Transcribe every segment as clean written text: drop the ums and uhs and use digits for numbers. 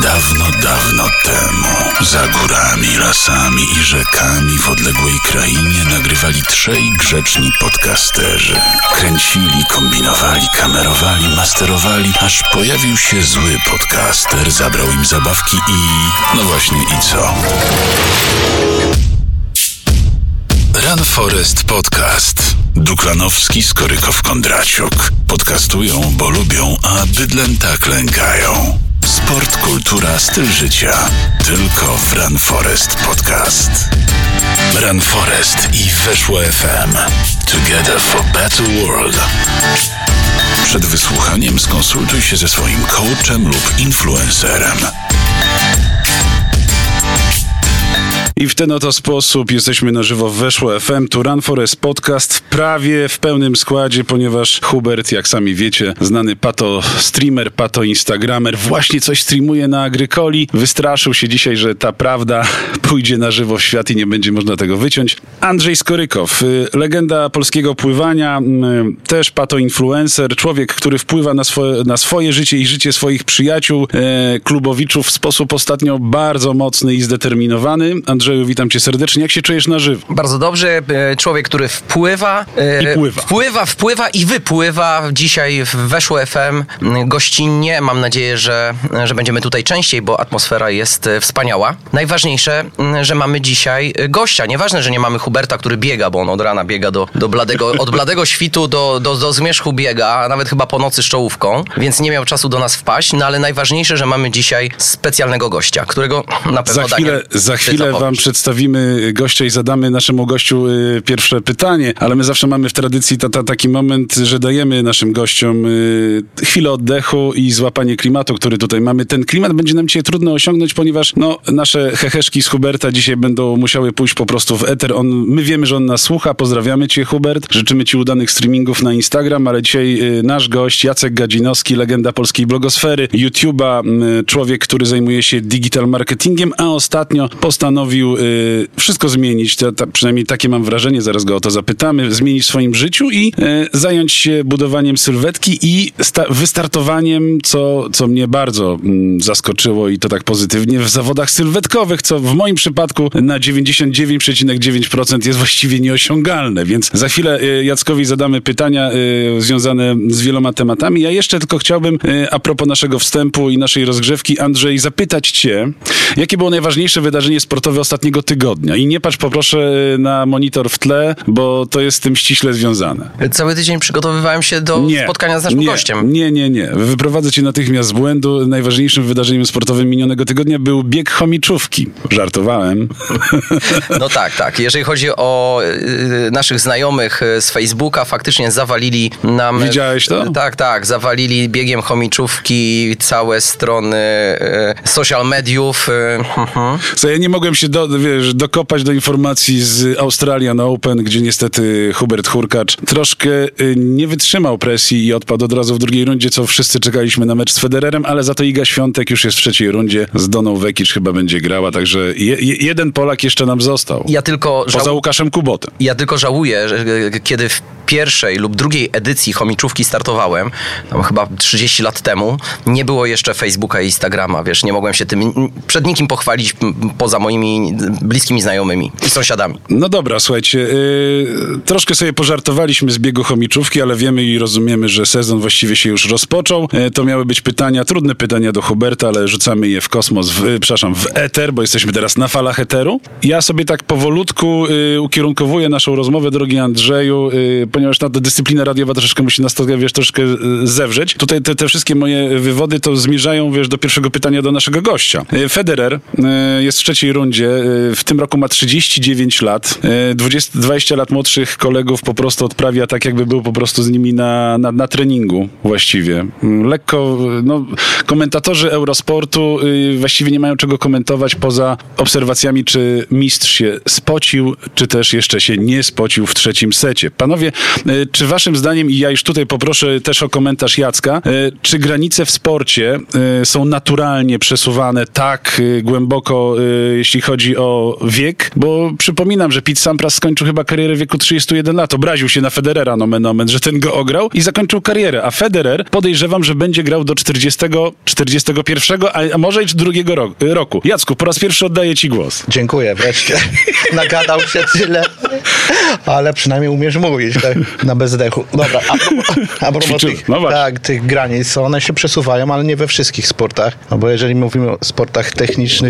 Dawno, dawno temu, za górami, lasami i rzekami w odległej krainie nagrywali trzej grzeczni podcasterzy. Kręcili, kombinowali, kamerowali, masterowali, aż pojawił się zły podcaster, zabrał im zabawki i... no właśnie i co? Run Forest Podcast. Duklanowski, Skorykow, Kondraciuk. Podcastują, bo lubią, a bydlęta klękają. Sport, kultura, styl życia. Tylko w Run Forest Podcast. Run Forest i Weszło FM. Together for better world. Przed wysłuchaniem skonsultuj się ze swoim coachem lub influencerem. I w ten oto sposób jesteśmy na żywo w Weszło FM, tu Run Forest Podcast, prawie w pełnym składzie, ponieważ Hubert, jak sami wiecie, znany pato-streamer, pato-instagramer, właśnie coś streamuje na Agrykoli. Wystraszył się dzisiaj, że ta prawda pójdzie na żywo w świat i nie będzie można tego wyciąć. Andrzej Skorykow, legenda polskiego pływania, też pato-influencer, człowiek, który wpływa na swoje życie i życie swoich przyjaciół, klubowiczów w sposób ostatnio bardzo mocny i zdeterminowany. Andrzeju, witam cię serdecznie. Jak się czujesz na żywo? Bardzo dobrze. Człowiek, który wpływa i wypływa. Dzisiaj Weszło FM gościnnie. Mam nadzieję, że będziemy tutaj częściej, bo atmosfera jest wspaniała. Najważniejsze, że mamy dzisiaj gościa. Nieważne, że nie mamy Huberta, który biega, bo on od rana biega od bladego świtu do zmierzchu biega, a nawet chyba po nocy z czołówką, więc nie miał czasu do nas wpaść, no ale najważniejsze, że mamy dzisiaj specjalnego gościa, którego na pewno za chwilę wam przedstawimy gościa i zadamy naszemu gościu pierwsze pytanie, ale my zawsze mamy w tradycji taki moment, że dajemy naszym gościom chwilę oddechu i złapanie klimatu, który tutaj mamy. Ten klimat będzie nam dzisiaj trudno osiągnąć, ponieważ nasze heheszki z Huberta dzisiaj będą musiały pójść po prostu w eter. My wiemy, że on nas słucha. Pozdrawiamy cię, Hubert. Życzymy ci udanych streamingów na Instagram, ale dzisiaj nasz gość Jacek Gadzinowski, legenda polskiej blogosfery, YouTube'a, człowiek, który zajmuje się digital marketingiem, a ostatnio postanowił wszystko zmienić, przynajmniej takie mam wrażenie, zaraz go o to zapytamy, zmienić w swoim życiu i zająć się budowaniem sylwetki i wystartowaniem, co mnie bardzo zaskoczyło i to tak pozytywnie, w zawodach sylwetkowych, co w moim przypadku na 99,9% jest właściwie nieosiągalne, więc za chwilę Jackowi zadamy pytania związane z wieloma tematami. Ja jeszcze tylko chciałbym, a propos naszego wstępu i naszej rozgrzewki, Andrzej, zapytać cię, jakie było najważniejsze wydarzenie sportowe ostatniego tygodnia? I nie patrz poproszę na monitor w tle, bo to jest z tym ściśle związane. Cały tydzień przygotowywałem się do spotkania z naszym gościem. Nie. Wyprowadzę cię natychmiast z błędu. Najważniejszym wydarzeniem sportowym minionego tygodnia był bieg chomiczówki. Żartowałem. No tak. Jeżeli chodzi o naszych znajomych z Facebooka, faktycznie zawalili nam... Widziałeś to? Tak. Zawalili biegiem chomiczówki całe strony social mediów. Co, ja nie mogłem się dokopać do informacji z Australian Open, gdzie niestety Hubert Hurkacz troszkę nie wytrzymał presji i odpadł od razu w drugiej rundzie, co wszyscy czekaliśmy na mecz z Federerem, ale za to Iga Świątek już jest w trzeciej rundzie, z Doną Vekic chyba będzie grała, także jeden Polak jeszcze nam został. Poza Łukaszem Kubotem. Ja tylko żałuję, że kiedy w pierwszej lub drugiej edycji chomiczówki startowałem, chyba 30 lat temu, nie było jeszcze Facebooka i Instagrama, nie mogłem się tym przed nikim pochwalić poza moimi bliskimi znajomymi i sąsiadami. No dobra, słuchajcie, troszkę sobie pożartowaliśmy z biegu chomiczówki, ale wiemy i rozumiemy, że sezon właściwie się już rozpoczął. To miały być pytania, trudne pytania do Huberta, ale rzucamy je w kosmos, w eter, bo jesteśmy teraz na falach eteru. Ja sobie tak powolutku ukierunkowuję naszą rozmowę, drogi Andrzeju, ponieważ ta dyscyplina radiowa troszeczkę musi nas troszkę zewrzeć. Tutaj te wszystkie moje wywody to zmierzają, do pierwszego pytania do naszego gościa. Federer jest w trzeciej rundzie. W tym roku ma 39 lat. 20 lat młodszych kolegów po prostu odprawia tak, jakby był po prostu z nimi na treningu właściwie. Lekko, komentatorzy Eurosportu właściwie nie mają czego komentować poza obserwacjami, czy mistrz się spocił, czy też jeszcze się nie spocił w trzecim secie. Panowie, czy waszym zdaniem, i ja już tutaj poproszę też o komentarz Jacka, czy granice w sporcie są naturalnie przesuwane tak głęboko, jeśli chodzi chodzi o wiek, bo przypominam, że Pete Sampras skończył chyba karierę w wieku 31 lat. Obraził się na Federera, nomen omen, że ten go ograł i zakończył karierę. A Federer podejrzewam, że będzie grał do 40, 41, a może i drugiego roku. Jacku, po raz pierwszy oddaję ci głos. Dziękuję, wreszcie. Nagadał się tyle, ale przynajmniej umiesz mówić, tak, na bezdechu. Dobra, a propos tych granic, one się przesuwają, ale nie we wszystkich sportach. No bo jeżeli mówimy o sportach technicznych,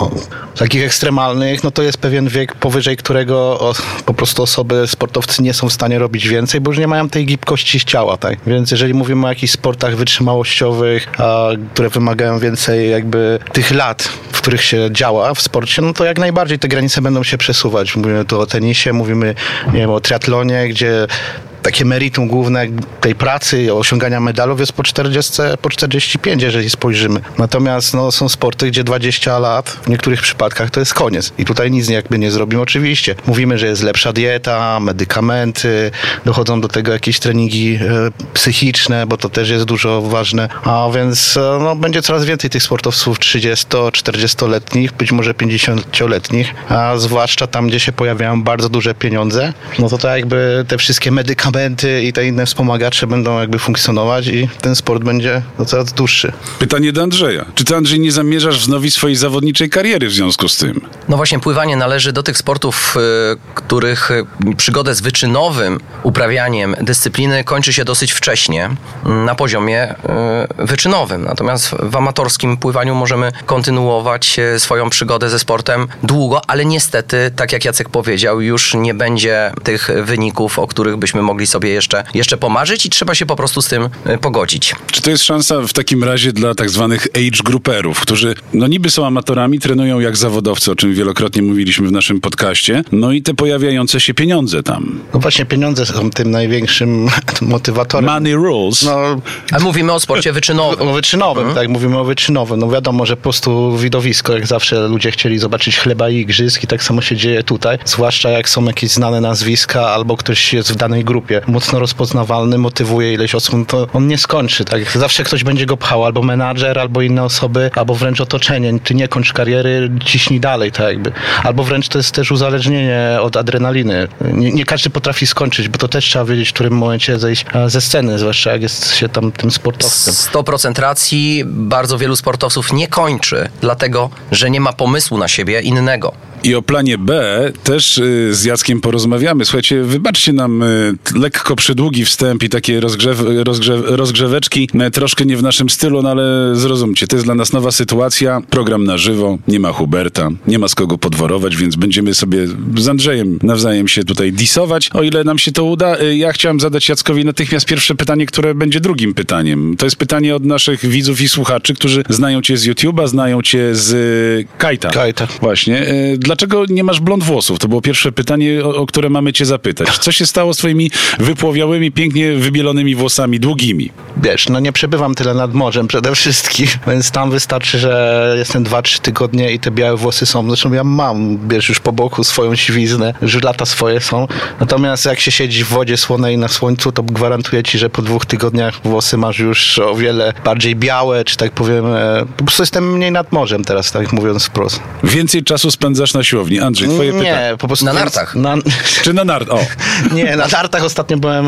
takich ekstremalnych, no to jest pewien wiek, powyżej którego po prostu sportowcy nie są w stanie robić więcej, bo już nie mają tej gibkości ciała, tak? Więc jeżeli mówimy o jakichś sportach wytrzymałościowych, które wymagają więcej jakby tych lat, w których się działa w sporcie, no to jak najbardziej te granice będą się przesuwać. Mówimy tu o tenisie, mówimy, nie wiem, o triatlonie, gdzie takie meritum główne tej pracy, osiągania medalów jest po 45, jeżeli spojrzymy. Natomiast są sporty, gdzie 20 lat w niektórych przypadkach to jest koniec. I tutaj nic jakby nie zrobimy. Oczywiście mówimy, że jest lepsza dieta, medykamenty, dochodzą do tego jakieś treningi psychiczne, bo to też jest dużo ważne. A więc będzie coraz więcej tych sportowców 30-40-letnich, być może 50-letnich, a zwłaszcza tam, gdzie się pojawiają bardzo duże pieniądze, no to jakby te wszystkie medykamenty i te inne wspomagacze będą jakby funkcjonować i ten sport będzie coraz dłuższy. Pytanie do Andrzeja. Czy ty, Andrzej, nie zamierzasz wznowić swojej zawodniczej kariery w związku z tym? No właśnie, pływanie należy do tych sportów, których przygodę z wyczynowym uprawianiem dyscypliny kończy się dosyć wcześnie na poziomie wyczynowym. Natomiast w amatorskim pływaniu możemy kontynuować swoją przygodę ze sportem długo, ale niestety, tak jak Jacek powiedział, już nie będzie tych wyników, o których byśmy mogli sobie jeszcze pomarzyć i trzeba się po prostu z tym pogodzić. Czy to jest szansa w takim razie dla tak zwanych age grouperów, którzy niby są amatorami, trenują jak zawodowcy, o czym wielokrotnie mówiliśmy w naszym podcaście, no i te pojawiające się pieniądze tam. No właśnie, pieniądze są tym największym motywatorem. Money rules. A mówimy o sporcie wyczynowym. O wyczynowym, tak, mówimy o wyczynowym. No wiadomo, że po prostu widowisko, jak zawsze ludzie chcieli zobaczyć chleba i igrzysk i tak samo się dzieje tutaj, zwłaszcza jak są jakieś znane nazwiska albo ktoś jest w danej grupie mocno rozpoznawalny, motywuje ileś osób, to on nie skończy, tak? Zawsze ktoś będzie go pchał, albo menadżer, albo inne osoby, albo wręcz otoczenie. Ty nie kończ kariery, ciśnij dalej, tak jakby. Albo wręcz to jest też uzależnienie od adrenaliny. Nie każdy potrafi skończyć, bo to też trzeba wiedzieć, w którym momencie zejść ze sceny, zwłaszcza jak jest się tam tym sportowcem. 100% racji. Bardzo wielu sportowców nie kończy, dlatego, że nie ma pomysłu na siebie innego. I o planie B też z Jackiem porozmawiamy. Słuchajcie, wybaczcie nam lekko przydługi wstęp i takie rozgrzeweczki, troszkę nie w naszym stylu, no ale zrozumcie, to jest dla nas nowa sytuacja, program na żywo, nie ma Huberta, nie ma z kogo podworować, więc będziemy sobie z Andrzejem nawzajem się tutaj disować, o ile nam się to uda. Ja chciałem zadać Jackowi natychmiast pierwsze pytanie, które będzie drugim pytaniem. To jest pytanie od naszych widzów i słuchaczy, którzy znają cię z YouTube'a, znają cię z Kajta. Właśnie. Dlaczego nie masz blond włosów? To było pierwsze pytanie, o które mamy cię zapytać. Co się stało z twoimi wypłowiałymi, pięknie wybielonymi włosami, długimi? Wiesz, nie przebywam tyle nad morzem przede wszystkim, więc tam wystarczy, że jestem 2-3 tygodnie i te białe włosy są. Zresztą ja mam, już po boku swoją siwiznę, już lata swoje są. Natomiast jak się siedzi w wodzie słonej na słońcu, to gwarantuję ci, że po 2 tygodniach włosy masz już o wiele bardziej białe, czy tak powiem, po prostu jestem mniej nad morzem teraz, tak mówiąc wprost. Więcej czasu spędzasz na siłowni. Andrzej, twoje pytanie. Nie, po prostu... Na nartach. Czy na nartach? O. Nie, na nartach ostatnio byłem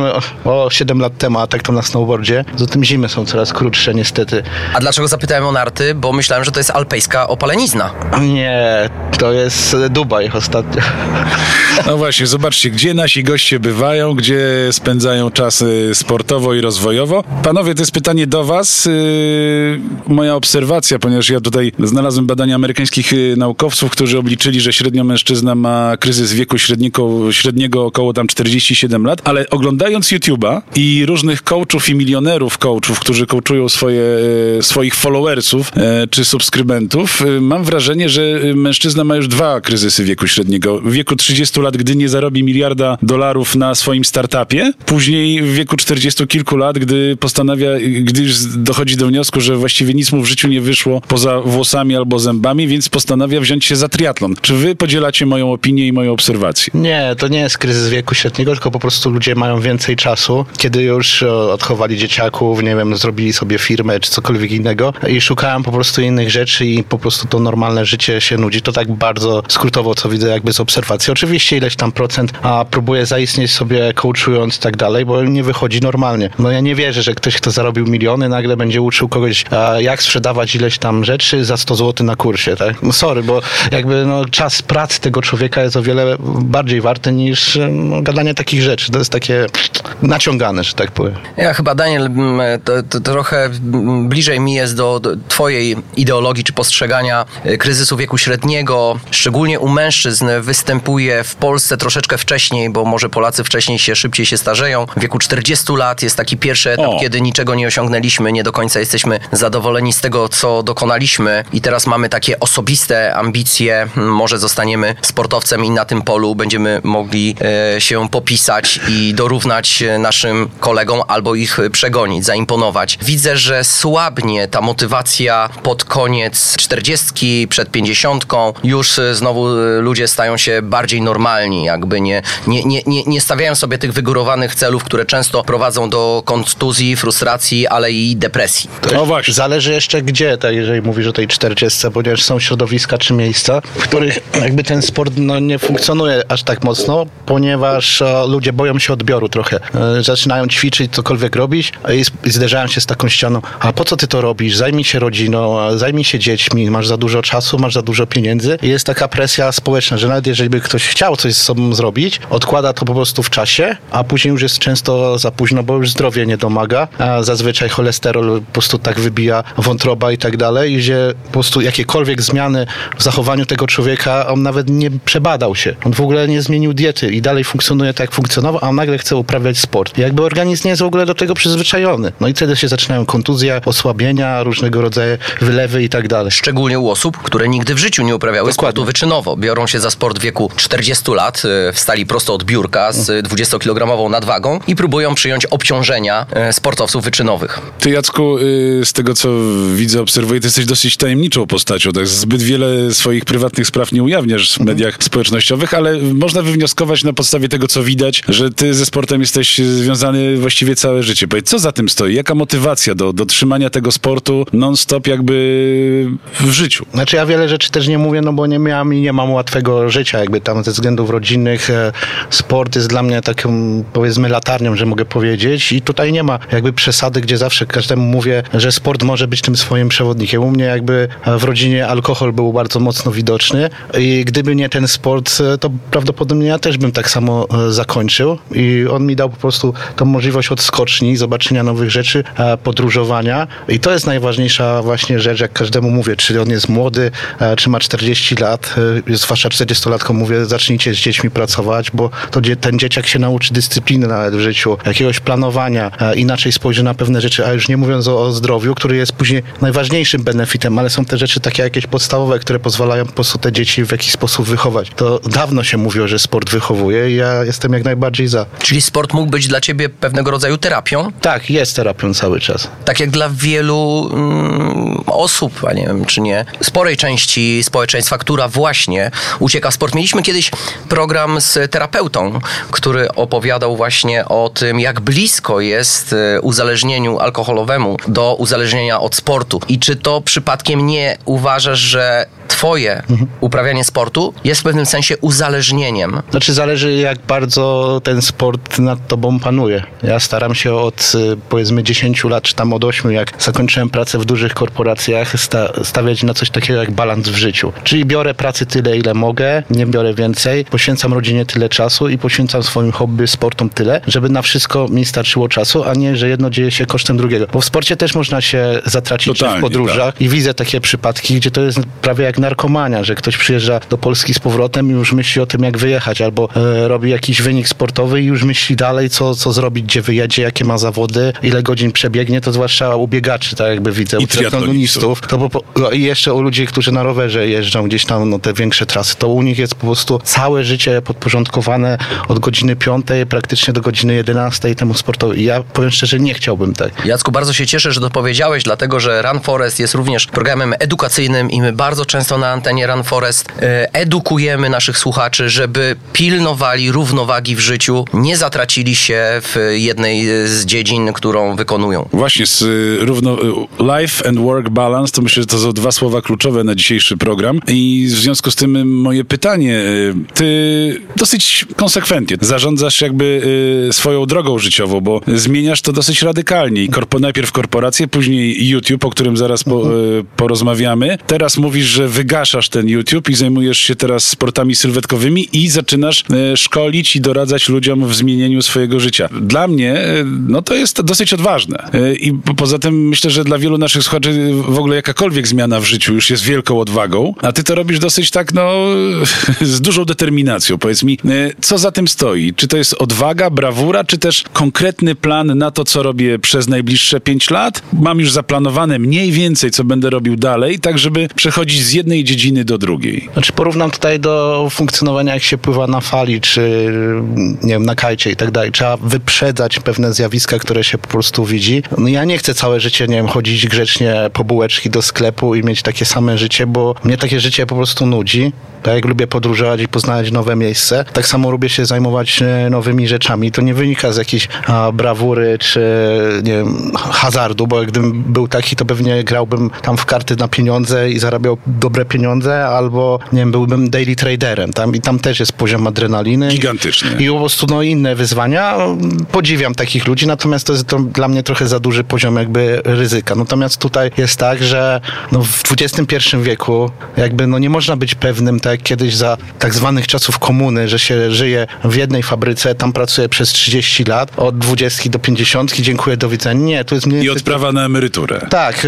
7 lat temu, a tak to na snowboardzie. Zatem zimy są coraz krótsze, niestety. A dlaczego zapytałem o narty? Bo myślałem, że to jest alpejska opalenizna. Nie, to jest Dubaj ostatnio. No właśnie, zobaczcie, gdzie nasi goście bywają, gdzie spędzają czas sportowo i rozwojowo. Panowie, to jest pytanie do was. Moja obserwacja, ponieważ ja tutaj znalazłem badania amerykańskich naukowców, którzy obliczyli, że średnio mężczyzna ma kryzys wieku średniego około tam 47 lat, ale oglądając YouTube'a i różnych coachów i milionerów coachów, którzy coachują swoich followersów czy subskrybentów, mam wrażenie, że mężczyzna ma już 2 kryzysy wieku średniego. W wieku 30 lat, gdy nie zarobi $1 miliarda na swoim startupie, później w wieku 40 kilku lat, gdy już dochodzi do wniosku, że właściwie nic mu w życiu nie wyszło poza włosami albo zębami, więc postanawia wziąć się za triatlon. Czy wy podzielacie moją opinię i moją obserwację? Nie, to nie jest kryzys wieku średniego, tylko po prostu ludzie mają więcej czasu, kiedy już odchowali dzieciaków, nie wiem, zrobili sobie firmę czy cokolwiek innego i szukają po prostu innych rzeczy i po prostu to normalne życie się nudzi. To tak bardzo skrótowo, co widzę jakby z obserwacji. Oczywiście ileś tam procent próbuje zaistnieć sobie coachując i tak dalej, bo nie wychodzi normalnie. No ja nie wierzę, że ktoś, kto zarobił miliony, nagle będzie uczył kogoś, jak sprzedawać ileś tam rzeczy za 100 zł na kursie, tak? No sorry, bo jakby czas pracy tego człowieka jest o wiele bardziej warty niż gadanie takich rzeczy. To jest takie naciągane, że tak powiem. Ja chyba, Daniel, to trochę bliżej mi jest do twojej ideologii czy postrzegania kryzysu wieku średniego. Szczególnie u mężczyzn występuje w Polsce troszeczkę wcześniej, bo może Polacy wcześniej szybciej się starzeją. W wieku 40 lat jest taki pierwszy etap, kiedy niczego nie osiągnęliśmy, nie do końca jesteśmy zadowoleni z tego, co dokonaliśmy i teraz mamy takie osobiste ambicje. Może zostaniemy sportowcem i na tym polu będziemy mogli się popisać i dorównać naszym kolegom albo ich przegonić, zaimponować. Widzę, że słabnie ta motywacja pod koniec 40, przed 50. Już znowu ludzie stają się bardziej normalni, jakby nie stawiają sobie tych wygórowanych celów, które często prowadzą do kontuzji, frustracji, ale i depresji. No właśnie. Zależy jeszcze gdzie, tak, jeżeli mówisz o tej 40, ponieważ są środowiska czy miejsca, w których jakby ten sport nie funkcjonuje aż tak mocno, ponieważ ludzie boją się odbioru trochę. Zaczynają ćwiczyć, cokolwiek robić i zderzają się z taką ścianą. A po co ty to robisz? Zajmij się rodziną, zajmij się dziećmi, masz za dużo czasu, masz za dużo pieniędzy. I jest taka presja społeczna, że nawet jeżeli by ktoś chciał coś z sobą zrobić, odkłada to po prostu w czasie, a później już jest często za późno, bo już zdrowie nie domaga. A zazwyczaj cholesterol po prostu tak wybija, wątroba i tak dalej, gdzie po prostu jakiekolwiek zmiany w zachowaniu tego człowieka, on nawet nie przebadał się. On w ogóle nie zmienił diety i dalej funkcjonuje tak, jak funkcjonował, a on nagle chce uprawiać sport. I jakby organizm nie jest w ogóle do tego przyzwyczajony. No i wtedy się zaczynają kontuzje, osłabienia, różnego rodzaju wylewy i tak dalej. Szczególnie u osób, które nigdy w życiu nie uprawiały sportu wyczynowo. Biorą się za sport w wieku 40 lat, wstali prosto od biurka z 20-kilogramową nadwagą i próbują przyjąć obciążenia sportowców wyczynowych. Ty, Jacku, z tego co widzę, obserwuję, ty jesteś dosyć tajemniczą postacią. Tak, zbyt wiele swoich prywatnych spraw nie ujawniasz w mediach społecznościowych, ale można wywnioskować na podstawie tego, co widać, że ty ze sportem jesteś związany właściwie całe życie. Powiedz, co za tym stoi? Jaka motywacja do trzymania tego sportu non-stop jakby w życiu? Znaczy ja wiele rzeczy też nie mówię, no bo nie miałem i nie mam łatwego życia, jakby tam ze względów rodzinnych. Sport jest dla mnie taką, powiedzmy, latarnią, że mogę powiedzieć, i tutaj nie ma jakby przesady, gdzie zawsze każdemu mówię, że sport może być tym swoim przewodnikiem. U mnie jakby w rodzinie alkohol był bardzo mocno widoczny i gdyby nie ten sport, to prawdopodobnie ja też bym tak samo zakończył i on mi dał po prostu tą możliwość odskoczni, zobaczenia nowych rzeczy, podróżowania, i to jest najważniejsza właśnie rzecz, jak każdemu mówię, czy on jest młody, czy ma 40 lat, zwłaszcza 40-latkom mówię, zacznijcie z dziećmi pracować, bo to ten dzieciak się nauczy dyscypliny nawet w życiu, jakiegoś planowania, inaczej spojrzy na pewne rzeczy, a już nie mówiąc o zdrowiu, który jest później najważniejszym benefitem, ale są te rzeczy takie jakieś podstawowe, które pozwalają po prostu te dzieci w jakiś sposób wychować. To dawno się mówiło, że sport wychowuje i ja jestem jak najbardziej za. Czyli sport mógł być dla ciebie pewnego rodzaju terapią? Tak, jest terapią cały czas. Tak jak dla wielu osób, a nie wiem czy nie, sporej części społeczeństwa, która właśnie ucieka w sport. Mieliśmy kiedyś program z terapeutą, który opowiadał właśnie o tym, jak blisko jest uzależnieniu alkoholowemu do uzależnienia od sportu. I czy to przypadkiem nie uważasz, że twoje uprawianie sportu jest w pewnym sensie uzależnieniem? Znaczy zależy, jak bardzo ten sport nad tobą panuje. Ja staram się od powiedzmy 10 lat, czy tam od 8, jak zakończyłem pracę w dużych korporacjach, stawiać na coś takiego jak balans w życiu. Czyli biorę pracy tyle, ile mogę, nie biorę więcej, poświęcam rodzinie tyle czasu i poświęcam swoim hobby, sportom tyle, żeby na wszystko mi starczyło czasu, a nie, że jedno dzieje się kosztem drugiego. Bo w sporcie też można się zatracić w podróżach, tak. I widzę takie przypadki, gdzie to jest prawie jak narkomania, że ktoś przyjeżdża do Polski z powrotem i już myśli o tym, jak wyjechać, albo robi jakiś wynik sportowy i już myśli dalej, co zrobić, gdzie wyjedzie, jakie ma zawody, ile godzin przebiegnie, to zwłaszcza u biegaczy, tak jakby widzę, u triatlonistów. I jeszcze u ludzi, którzy na rowerze jeżdżą gdzieś tam te większe trasy, to u nich jest po prostu całe życie podporządkowane od godziny 5 praktycznie do godziny 11 temu sportowi. I ja powiem szczerze, nie chciałbym tak. Jacku, bardzo się cieszę, że dopowiedziałeś, dlatego że Run Forest jest również programem edukacyjnym i my bardzo często na antenie Run Forest podcast. Edukujemy naszych słuchaczy, żeby pilnowali równowagi w życiu, nie zatracili się w jednej z dziedzin, którą wykonują. Właśnie, life and work balance, to myślę, że to są dwa słowa kluczowe na dzisiejszy program i w związku z tym moje pytanie, ty dosyć konsekwentnie zarządzasz jakby swoją drogą życiową, bo zmieniasz to dosyć radykalnie. Najpierw korporację, później YouTube, o którym zaraz porozmawiamy. Teraz mówisz, że wygaszasz ten YouTube i zajmujesz się teraz sportami sylwetkowymi i zaczynasz szkolić i doradzać ludziom w zmienieniu swojego życia. Dla mnie, to jest dosyć odważne. I poza tym myślę, że dla wielu naszych słuchaczy w ogóle jakakolwiek zmiana w życiu już jest wielką odwagą, a ty to robisz dosyć tak, z dużą determinacją. Powiedz mi, co za tym stoi? Czy to jest odwaga, brawura, czy też konkretny plan na to, co robię przez najbliższe 5 lat? Mam już zaplanowane mniej więcej, co będę robił dalej, tak żeby przechodzić z jednej dziedziny do drugiej. Znaczy porównam tutaj do funkcjonowania, jak się pływa na fali, czy nie wiem, na kajcie i tak dalej. Trzeba wyprzedzać pewne zjawiska, które się po prostu widzi. Ja nie chcę całe życie, nie wiem, chodzić grzecznie po bułeczki do sklepu i mieć takie same życie, bo mnie takie życie po prostu nudzi. Tak jak lubię podróżować i poznawać nowe miejsce, tak samo lubię się zajmować nowymi rzeczami. To nie wynika z jakiejś brawury czy nie wiem, hazardu, bo gdybym był taki, to pewnie grałbym tam w karty na pieniądze i zarabiał dobre pieniądze, albo nie wiem, byłbym daily traderem. I tam też jest poziom adrenaliny. Gigantyczny. I po prostu inne wyzwania. Podziwiam takich ludzi, natomiast to jest dla mnie trochę za duży poziom jakby ryzyka. Natomiast tutaj jest tak, że w XXI wieku jakby nie można być pewnym, tak jak kiedyś za tak zwanych czasów komuny, że się żyje w jednej fabryce, tam pracuje przez 30 lat, od 20 do 50, dziękuję, do widzenia. Nie, to jest mniej... I odprawa na emeryturę. Tak,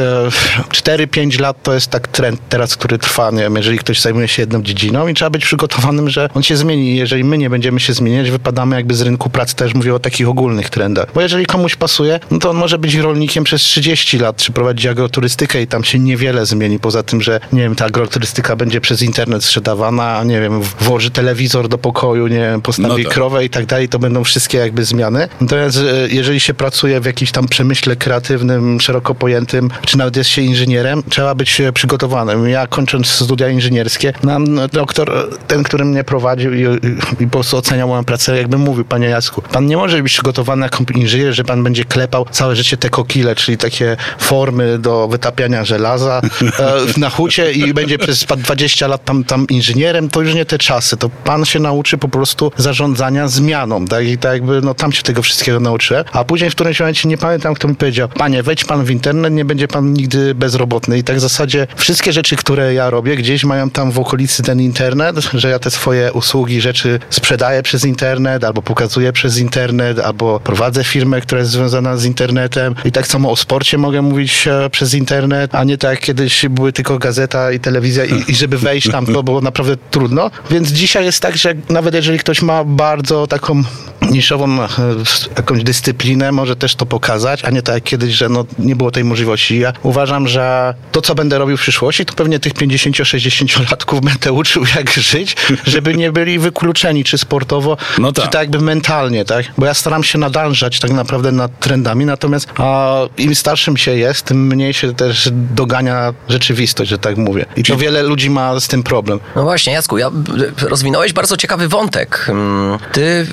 4-5 lat to jest tak trend teraz, który trwa, nie wiem, jeżeli ktoś zajmuje się jedną dziedziną i trzeba być przygotowanym, że on się zmieni. Jeżeli my nie będziemy się zmieniać, wypadamy jakby z rynku pracy, też mówię o takich ogólnych trendach. Bo jeżeli komuś pasuje, to on może być rolnikiem przez 30 lat, czy prowadzić agroturystykę i tam się niewiele zmieni, poza tym, że nie wiem, ta agroturystyka będzie przez internet sprzedawana, nie wiem, włoży telewizor do pokoju, nie wiem, postawi krowę i tak dalej, to będą wszystkie jakby zmiany. Natomiast jeżeli się pracuje w jakimś tam przemyśle kreatywnym, szeroko pojętym, czy nawet jest się inżynierem, trzeba być przygotowanym. Ja kończąc studia inżynierskie, doktor, ten, który mnie prowadził i po prostu oceniał moją pracę, jakby mówił: panie Jacku, pan nie może być przygotowany jako inżynier, że pan będzie klepał całe życie te kokile, czyli takie formy do wytapiania żelaza na hucie i będzie przez 20 lat tam inżynierem, to już nie te czasy. To pan się nauczy po prostu zarządzania zmianą, tak? I tak jakby, tam się tego wszystkiego nauczyłem. A później w którymś momencie, nie pamiętam, kto mi powiedział: panie, wejdź pan w internet, nie będzie pan nigdy bezrobotny. I tak w zasadzie wszystkie rzeczy, które ja robię, gdzieś mają tam w okolicy ten internet, że ja te swoje usługi, rzeczy sprzedaję przez internet, albo pokazuję przez internet, albo prowadzę firmę, która jest związana z internetem. I tak samo o sporcie mogę mówić przez internet, a nie tak jak kiedyś były tylko gazeta i telewizja i żeby wejść tam, to było naprawdę trudno. Więc dzisiaj jest tak, że nawet jeżeli ktoś ma bardzo taką niszową jakąś dyscyplinę, może też to pokazać, a nie tak jak kiedyś, że nie było tej możliwości. Ja uważam, że to, co będę robił w przyszłości, to pewnie tych 50-60-latków będę uczył, jak żyć, żeby nie byli wykluczeni, czy sportowo, czy tak jakby mentalnie, tak? Bo ja staram się nadążać tak naprawdę nad trendami, natomiast im starszym się jest, tym mniej się też dogania rzeczywistość, że tak mówię. I to wiele ludzi ma z tym problem. No właśnie, Jacku, rozwinąłeś bardzo ciekawy wątek. Ty,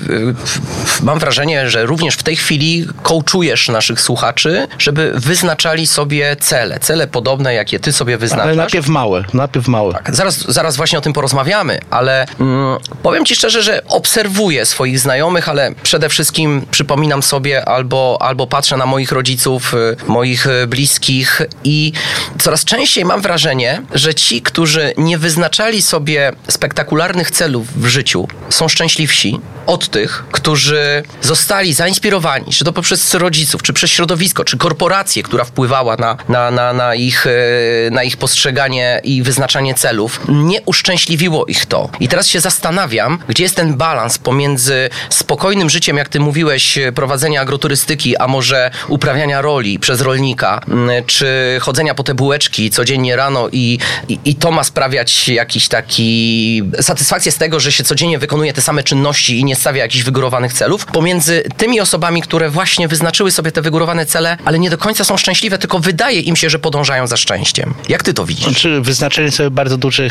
mam wrażenie, że również w tej chwili coachujesz naszych słuchaczy, żeby wyznaczali sobie cele podobne, jakie ty sobie wyznaczasz. Ale najpierw małe. Tak, zaraz właśnie o tym porozmawiamy, ale powiem ci szczerze, że obserwuję swoich znajomych, ale przede wszystkim przypominam sobie albo patrzę na moich rodziców, moich bliskich i coraz częściej mam wrażenie, że ci, którzy nie wyznaczali sobie spektakularnych celów w życiu, są szczęśliwsi od tych, którzy zostali zainspirowani, czy to poprzez rodziców, czy przez środowisko, czy korporację, która wpływała na ich postrzeganie i wyznaczanie celów. Nie uszczęśliwiło ich to. I teraz się zastanawiam, gdzie jest ten balans pomiędzy spokojnym życiem, jak ty mówiłeś, prowadzenia agroturystyki, a może uprawiania roli przez rolnika, czy chodzenia po te bułeczki codziennie rano i to ma sprawiać jakiś taki satysfakcję z tego, że się codziennie wykonuje te same czynności i nie stawia jakichś wygórowanych celów, pomiędzy tymi osobami, które właśnie wyznaczyły sobie te wygórowane cele, ale nie do końca są szczęśliwe, tylko wydaje im się, że podążają za szczęściem. Jak ty to widzisz? Znaczy, wyznaczenie sobie bardzo dużych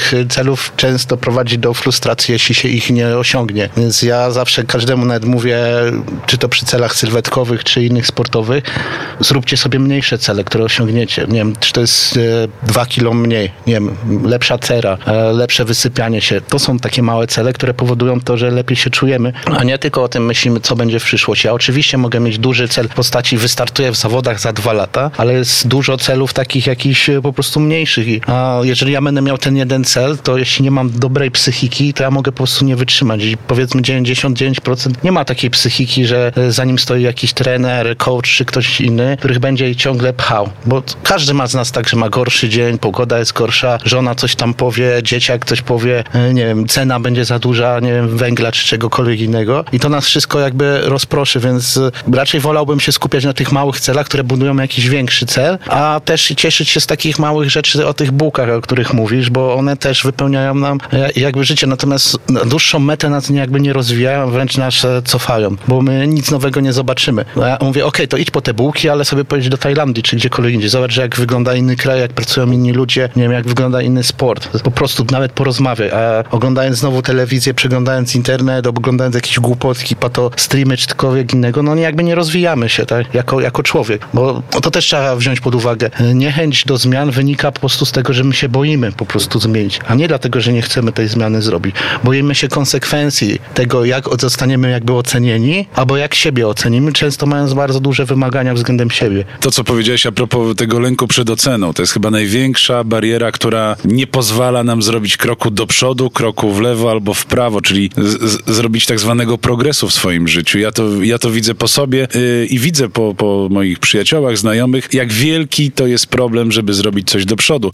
tych celów często prowadzi do frustracji, jeśli się ich nie osiągnie. Więc ja zawsze każdemu nawet mówię, czy to przy celach sylwetkowych, czy innych sportowych, zróbcie sobie mniejsze cele, które osiągniecie. Nie wiem, czy to jest 2 kilo mniej, nie wiem, lepsza cera, lepsze wysypianie się. To są takie małe cele, które powodują to, że lepiej się czujemy, a nie tylko o tym myślimy, co będzie w przyszłości. Ja oczywiście mogę mieć duży cel w postaci wystartuję w zawodach za 2 lata, ale jest dużo celów takich jakichś po prostu mniejszych. A jeżeli ja będę miał ten jeden cel, to jeśli nie mam dobrej psychiki, to ja mogę po prostu nie wytrzymać. I powiedzmy 99% nie ma takiej psychiki, że za nim stoi jakiś trener, coach czy ktoś inny, których będzie ciągle pchał. Bo każdy ma z nas tak, że ma gorszy dzień, pogoda jest gorsza, żona coś tam powie, dzieciak coś powie, nie wiem, cena będzie za duża, nie wiem, węgla czy czegokolwiek innego. I to nas wszystko jakby rozproszy, więc raczej wolałbym się skupiać na tych małych celach, które budują jakiś większy cel, a też cieszyć się z takich małych rzeczy, o tych bułkach, o których mówisz, bo one też wypełniają nam jakby życie, natomiast na dłuższą metę nas jakby nie rozwijają, wręcz nas cofają, bo my nic nowego nie zobaczymy. Ja mówię, okej, to idź po te bułki, ale sobie pojedź do Tajlandii, czy gdziekolwiek indziej. Zobacz, jak wygląda inny kraj, jak pracują inni ludzie, nie wiem, jak wygląda inny sport. Po prostu nawet porozmawiaj, a oglądając znowu telewizję, przeglądając internet, oglądając jakieś głupotki, pato streamy, czy cokolwiek innego, no jakby nie rozwijamy się, tak, jako człowiek, bo to też trzeba wziąć pod uwagę. Niechęć do zmian wynika po prostu z tego, że my się boimy po prostu zmienić, a nie dlatego, że nie chcemy tej zmiany zrobić. Boimy się konsekwencji tego, jak zostaniemy jakby ocenieni, albo jak siebie ocenimy, często mając bardzo duże wymagania względem siebie. To, co powiedziałeś a propos tego lęku przed oceną, to jest chyba największa bariera, która nie pozwala nam zrobić kroku do przodu, kroku w lewo albo w prawo, czyli zrobić tak zwanego progresu w swoim życiu. Ja to widzę po sobie i widzę po moich przyjaciołach, znajomych, jak wielki to jest problem, żeby zrobić coś do przodu.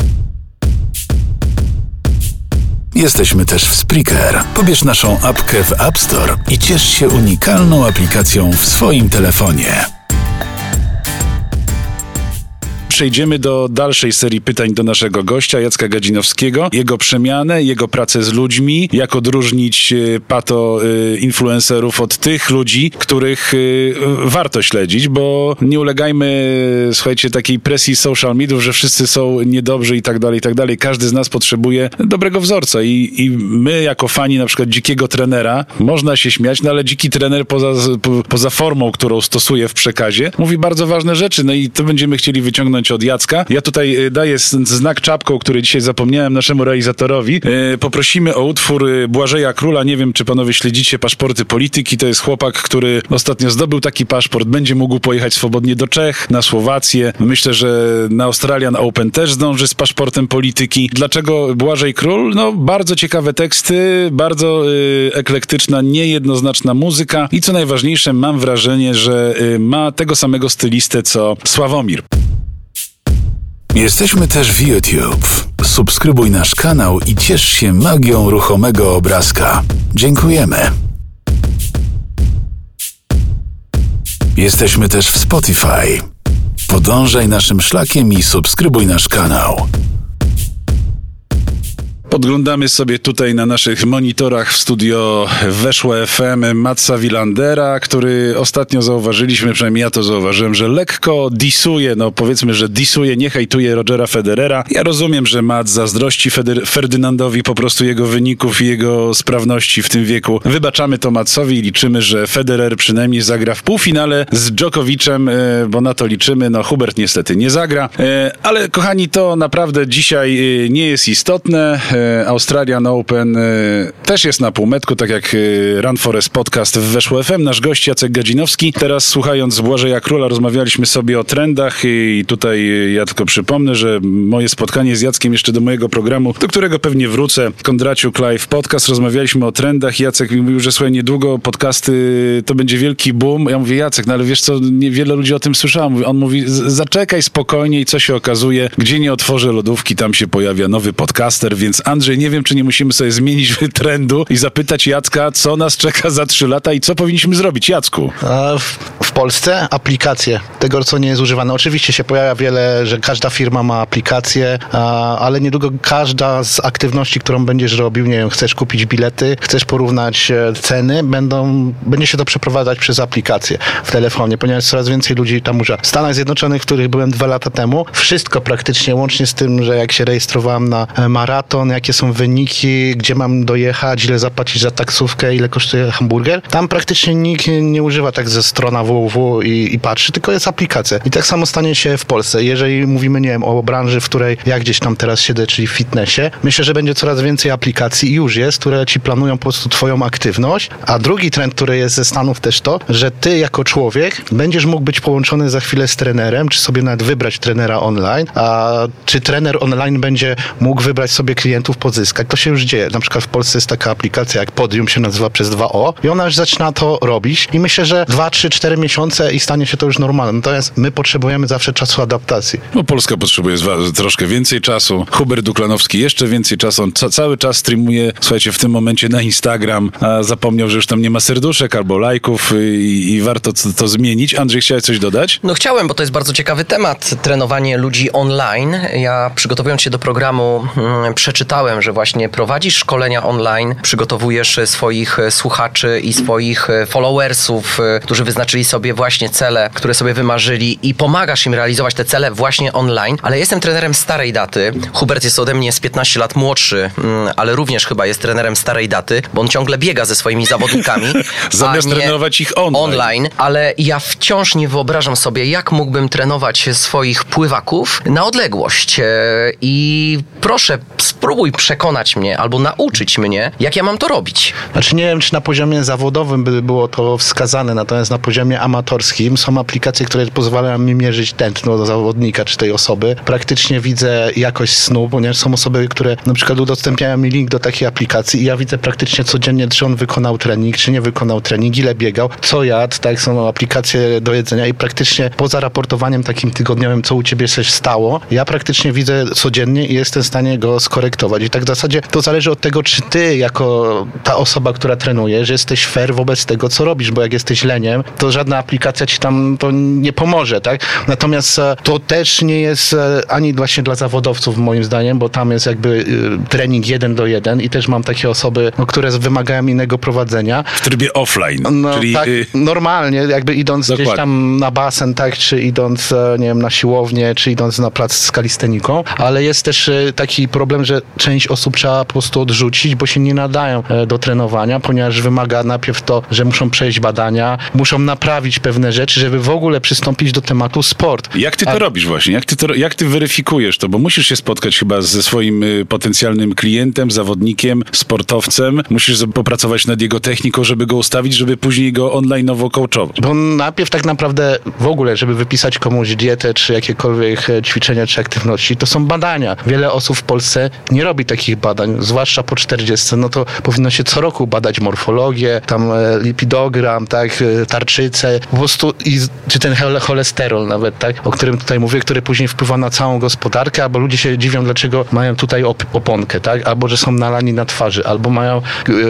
Jesteśmy też w Spreaker. Pobierz naszą apkę w App Store i ciesz się unikalną aplikacją w swoim telefonie. Przejdziemy do dalszej serii pytań do naszego gościa, Jacka Gadzinowskiego. Jego przemianę, jego pracę z ludźmi, jak odróżnić influencerów od tych ludzi, których warto śledzić, bo nie ulegajmy, słuchajcie, takiej presji social mediów, że wszyscy są niedobrzy i tak dalej, i tak dalej. Każdy z nas potrzebuje dobrego wzorca i my jako fani na przykład dzikiego trenera, można się śmiać, no ale dziki trener poza formą, którą stosuje w przekazie, mówi bardzo ważne rzeczy, no i to będziemy chcieli wyciągnąć od Jacka. Ja tutaj daję znak czapką, który dzisiaj zapomniałem naszemu realizatorowi. Poprosimy o utwór Błażeja Króla. Nie wiem, czy panowie śledzicie Paszporty Polityki. To jest chłopak, który ostatnio zdobył taki paszport. Będzie mógł pojechać swobodnie do Czech, na Słowację. Myślę, że na Australian Open też zdąży z Paszportem Polityki. Dlaczego Błażej Król? No, bardzo ciekawe teksty, bardzo eklektyczna, niejednoznaczna muzyka i co najważniejsze, mam wrażenie, że ma tego samego stylistę, co Sławomir. Jesteśmy też w YouTube. Subskrybuj nasz kanał i ciesz się magią ruchomego obrazka. Dziękujemy. Jesteśmy też w Spotify. Podążaj naszym szlakiem i subskrybuj nasz kanał. Podglądamy sobie tutaj na naszych monitorach w studio Weszło FM Matsa Wilandera, który ostatnio zauważyliśmy, przynajmniej ja to zauważyłem, że lekko disuje, no powiedzmy, że disuje, nie hejtuje Rogera Federera. Ja rozumiem, że Mats zazdrości Ferdynandowi po prostu jego wyników i jego sprawności w tym wieku. Wybaczamy to Matsowi i liczymy, że Federer przynajmniej zagra w półfinale z Djokovicem, bo na to liczymy. No Hubert niestety nie zagra, ale kochani, to naprawdę dzisiaj nie jest istotne. Australian Open też jest na półmetku, tak jak Run Forest Podcast w Weszło FM. Nasz gość Jacek Gadzinowski. Teraz słuchając Błażeja Króla rozmawialiśmy sobie o trendach i tutaj ja tylko przypomnę, że moje spotkanie z Jackiem jeszcze do mojego programu, do którego pewnie wrócę, Kondraciuk Live Podcast, rozmawialiśmy o trendach. Jacek mi mówił, że słuchaj, niedługo podcasty to będzie wielki boom. Ja mówię, Jacek, no ale wiesz co, niewiele ludzi o tym słyszało. On mówi, zaczekaj spokojnie i co się okazuje, gdzie nie otworzę lodówki, tam się pojawia nowy podcaster, więc Andrzej, nie wiem, czy nie musimy sobie zmienić trendu i zapytać Jacka, co nas czeka za 3 lata i co powinniśmy zrobić. Jacku? W Polsce aplikacje, tego co nie jest używane. Oczywiście się pojawia wiele, że każda firma ma aplikację, ale niedługo każda z aktywności, którą będziesz robił, nie wiem, chcesz kupić bilety, chcesz porównać ceny, będzie się to przeprowadzać przez aplikację w telefonie, ponieważ coraz więcej ludzi tam używa. W Stanach Zjednoczonych, w których byłem 2 lata temu, wszystko praktycznie, łącznie z tym, że jak się rejestrowałem na maraton, jakie są wyniki, gdzie mam dojechać, ile zapłacić za taksówkę, ile kosztuje hamburger. Tam praktycznie nikt nie używa tak ze strona www i patrzy, tylko jest aplikacja. I tak samo stanie się w Polsce. Jeżeli mówimy, nie wiem, o branży, w której ja gdzieś tam teraz siedzę, czyli w fitnessie, myślę, że będzie coraz więcej aplikacji i już jest, które ci planują po prostu twoją aktywność. A drugi trend, który jest ze Stanów też to, że ty jako człowiek będziesz mógł być połączony za chwilę z trenerem, czy sobie nawet wybrać trenera online, a czy trener online będzie mógł wybrać sobie klientów, pozyskać. To się już dzieje. Na przykład w Polsce jest taka aplikacja jak Podium, się nazywa przez 2O i ona już zaczyna to robić i myślę, że 2, 3, 4 miesiące i stanie się to już normalne. Natomiast my potrzebujemy zawsze czasu adaptacji. No Polska potrzebuje troszkę więcej czasu. Hubert Duklanowski jeszcze więcej czasu. On cały czas streamuje, słuchajcie, w tym momencie na Instagram, a zapomniał, że już tam nie ma serduszek albo lajków i warto to zmienić. Andrzej, chciałeś coś dodać? No chciałem, bo to jest bardzo ciekawy temat, trenowanie ludzi online. Ja przygotowując się do programu przeczytałem, że właśnie prowadzisz szkolenia online, przygotowujesz swoich słuchaczy i swoich followersów, którzy wyznaczyli sobie właśnie cele, które sobie wymarzyli i pomagasz im realizować te cele właśnie online, ale jestem trenerem starej daty. Hubert jest ode mnie z 15 lat młodszy, ale również chyba jest trenerem starej daty, bo on ciągle biega ze swoimi zawodnikami. Zamiast trenować ich online. Ale ja wciąż nie wyobrażam sobie, jak mógłbym trenować swoich pływaków na odległość. I proszę, spróbuj przekonać mnie albo nauczyć mnie, jak ja mam to robić. Znaczy nie wiem, czy na poziomie zawodowym by było to wskazane, natomiast na poziomie amatorskim są aplikacje, które pozwalają mi mierzyć tętno zawodnika czy tej osoby. Praktycznie widzę jakość snu, ponieważ są osoby, które na przykład udostępniają mi link do takiej aplikacji i ja widzę praktycznie codziennie, czy on wykonał trening, czy nie wykonał trening, ile biegał, co jadł, tak, są aplikacje do jedzenia i praktycznie poza raportowaniem takim tygodniowym, co u ciebie się stało, ja praktycznie widzę codziennie i jestem w stanie go skorektować. I tak w zasadzie to zależy od tego, czy ty jako ta osoba, która trenuje, że jesteś fair wobec tego, co robisz, bo jak jesteś leniem, to żadna aplikacja ci tam to nie pomoże, tak? Natomiast to też nie jest ani właśnie dla zawodowców moim zdaniem, bo tam jest jakby trening 1:1 i też mam takie osoby, które wymagają innego prowadzenia. W trybie offline. No, czyli tak, normalnie, jakby idąc gdzieś tam na basen, tak, czy idąc, nie wiem, na siłownię, czy idąc na plac z kalisteniką, ale jest też taki problem, że część osób trzeba po prostu odrzucić, bo się nie nadają do trenowania, ponieważ wymaga najpierw to, że muszą przejść badania, muszą naprawić pewne rzeczy, żeby w ogóle przystąpić do tematu sport. Jak ty to robisz właśnie? Jak ty weryfikujesz to? Bo musisz się spotkać chyba ze swoim potencjalnym klientem, zawodnikiem, sportowcem. Musisz popracować nad jego techniką, żeby go ustawić, żeby później go online'owo coachować. Bo najpierw tak naprawdę w ogóle, żeby wypisać komuś dietę, czy jakiekolwiek ćwiczenia, czy aktywności, to są badania. Wiele osób w Polsce nie robi takich badań, zwłaszcza po 40, no to powinno się co roku badać morfologię, tam lipidogram, tak, tarczycę, po prostu czy ten cholesterol nawet, tak, o którym tutaj mówię, który później wpływa na całą gospodarkę, albo ludzie się dziwią, dlaczego mają tutaj oponkę, tak, albo że są nalani na twarzy, albo mają